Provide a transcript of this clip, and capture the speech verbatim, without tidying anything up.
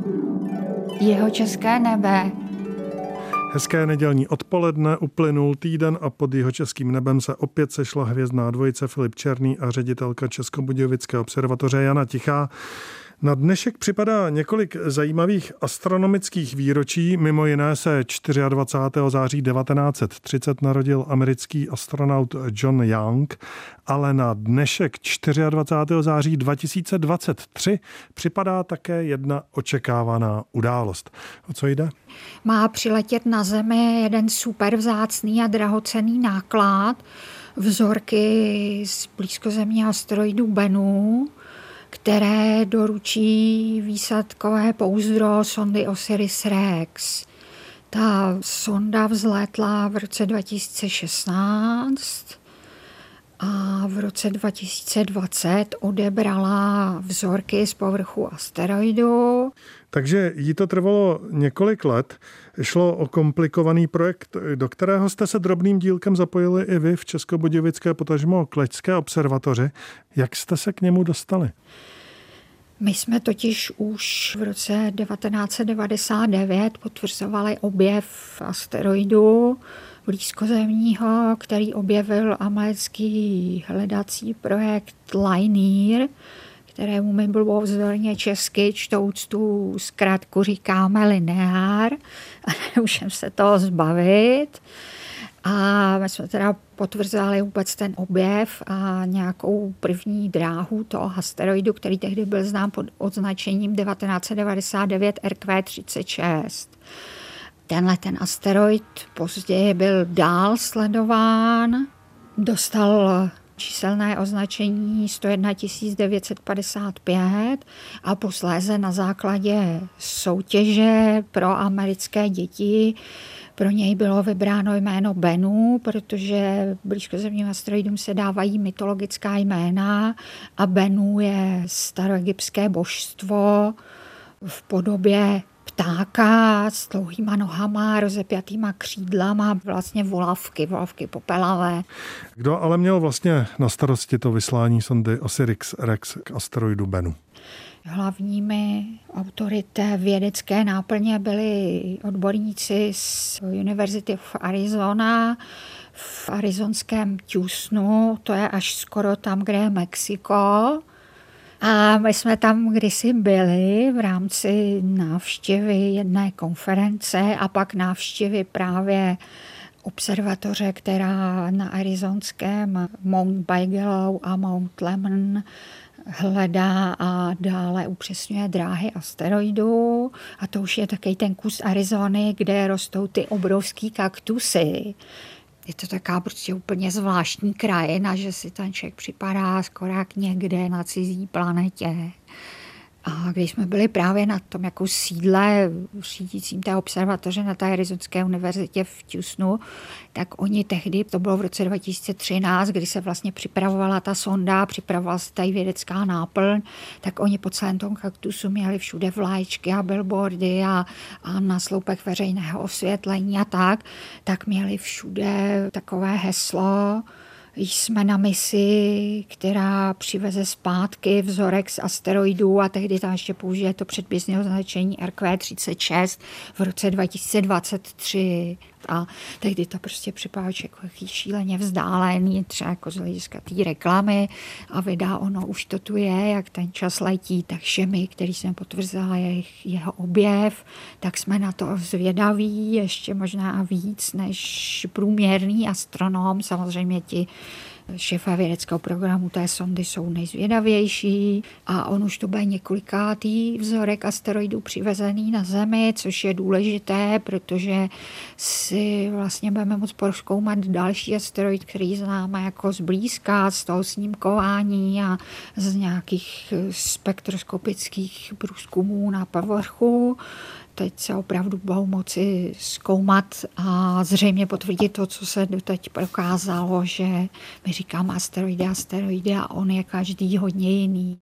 Jihočeské nebe. Hezké nedělní odpoledne, uplynul týden a pod jihočeským nebem se opět sešla hvězdná dvojice Filip Černý a ředitelka Českobudějovické observatoře Jana Tichá. Na dnešek připadá několik zajímavých astronomických výročí. Mimo jiné se dvacátého čtvrtého září devatenáct set třicet narodil americký astronaut John Young, ale na dnešek dvacátého čtvrtého září dva tisíce dvacet tři připadá také jedna očekávaná událost. O co jde? Má přiletět na Zemi jeden super vzácný a drahocenný náklad, vzorky z blízkozemního asteroidu Bennu, které doručí výsadkové pouzdro sondy Osiris-Rex. Ta sonda vzlétla v roce dva tisíce šestnáct a v roce dva tisíce dvacet odebrala vzorky z povrchu asteroidu. Takže jí to trvalo několik let. Šlo o komplikovaný projekt, do kterého jste se drobným dílkem zapojili i vy v Českobudějovické, potažmo Klečské observatoři. Jak jste se k němu dostali? My jsme totiž už v roce devatenáct set devadesát devět potvrzovali objev asteroidu blízkozemního, který objevil americký hledací projekt Linear, kterému my bylo vzdorně česky čtouc tu zkrátku říkáme lineár a nemůžeme se toho zbavit. A my jsme teda potvrzovali vůbec ten objev a nějakou první dráhu toho asteroidu, který tehdy byl znám pod označením devatenáct set devadesát devět R Q třicet šest. Tenhle ten asteroid později byl dál sledován, dostal číselné označení sto jedna tisíc devět set padesát pět a posléze na základě soutěže pro americké děti pro něj bylo vybráno jméno Bennu, protože blízkozemním asteroidům se dávají mytologická jména a Bennu je staroegyptské božstvo v podobě ptáka s dlouhýma nohama, rozepjatýma křídlama, vlastně volavky, volavky popelavé. Kdo ale měl vlastně na starosti to vyslání sondy Osiris-Rex k asteroidu Bennu? Hlavními autory té vědecké náplně byli odborníci z University of Arizona v arizonském Tucsonu, to je až skoro tam, kde je Mexiko. A my jsme tam kdysi byli v rámci návštěvy jedné konference a pak návštěvy právě observatoře, která na arizonském Mount Bigelow a Mount Lemmon hledá a dále upřesňuje dráhy asteroidů. A to už je takový ten kus Arizony, kde rostou ty obrovský kaktusy. Je to taková prostě úplně zvláštní krajina, že si ten člověk připadá skoro jak někde na cizí planetě. A když jsme byli právě na tom jako sídle řídícím té observatoře na té Arizonské univerzitě v Tucsonu, tak oni tehdy, to bylo v roce dva tisíce třináct, kdy se vlastně připravovala ta sonda, připravovala se tady vědecká náplň, tak oni po celém tom kaktusu měli všude vlajčky a billboardy a, a na sloupech veřejného osvětlení a tak, tak měli všude takové heslo: jsme na misi, která přiveze zpátky vzorek z asteroidů, a tehdy tam ještě použije to předběžné označení R Q třicet šest v roce dva tisíce dvacet tři. A tehdy to prostě připadá jako šíleně vzdálený, třeba jako z hlediska té reklamy, a vydá ono, už to tu je, jak ten čas letí, takže my, který jsme potvrzali jeho objev, tak jsme na to zvědaví ještě možná víc než průměrný astronom. Samozřejmě ti šéfa vědeckého programu té sondy jsou nejzvědavější a on už to bude několikátý vzorek asteroidů přivezený na Zemi, což je důležité, protože si vlastně budeme moct prozkoumat další asteroid, který známe jako zblízka, z toho snímkování a z nějakých spektroskopických průzkumů na povrchu. Teď se opravdu budou moci zkoumat a zřejmě potvrdit to, co se doteď prokázalo, že my říkáme asteroidy, asteroidy a on je každý hodně jiný.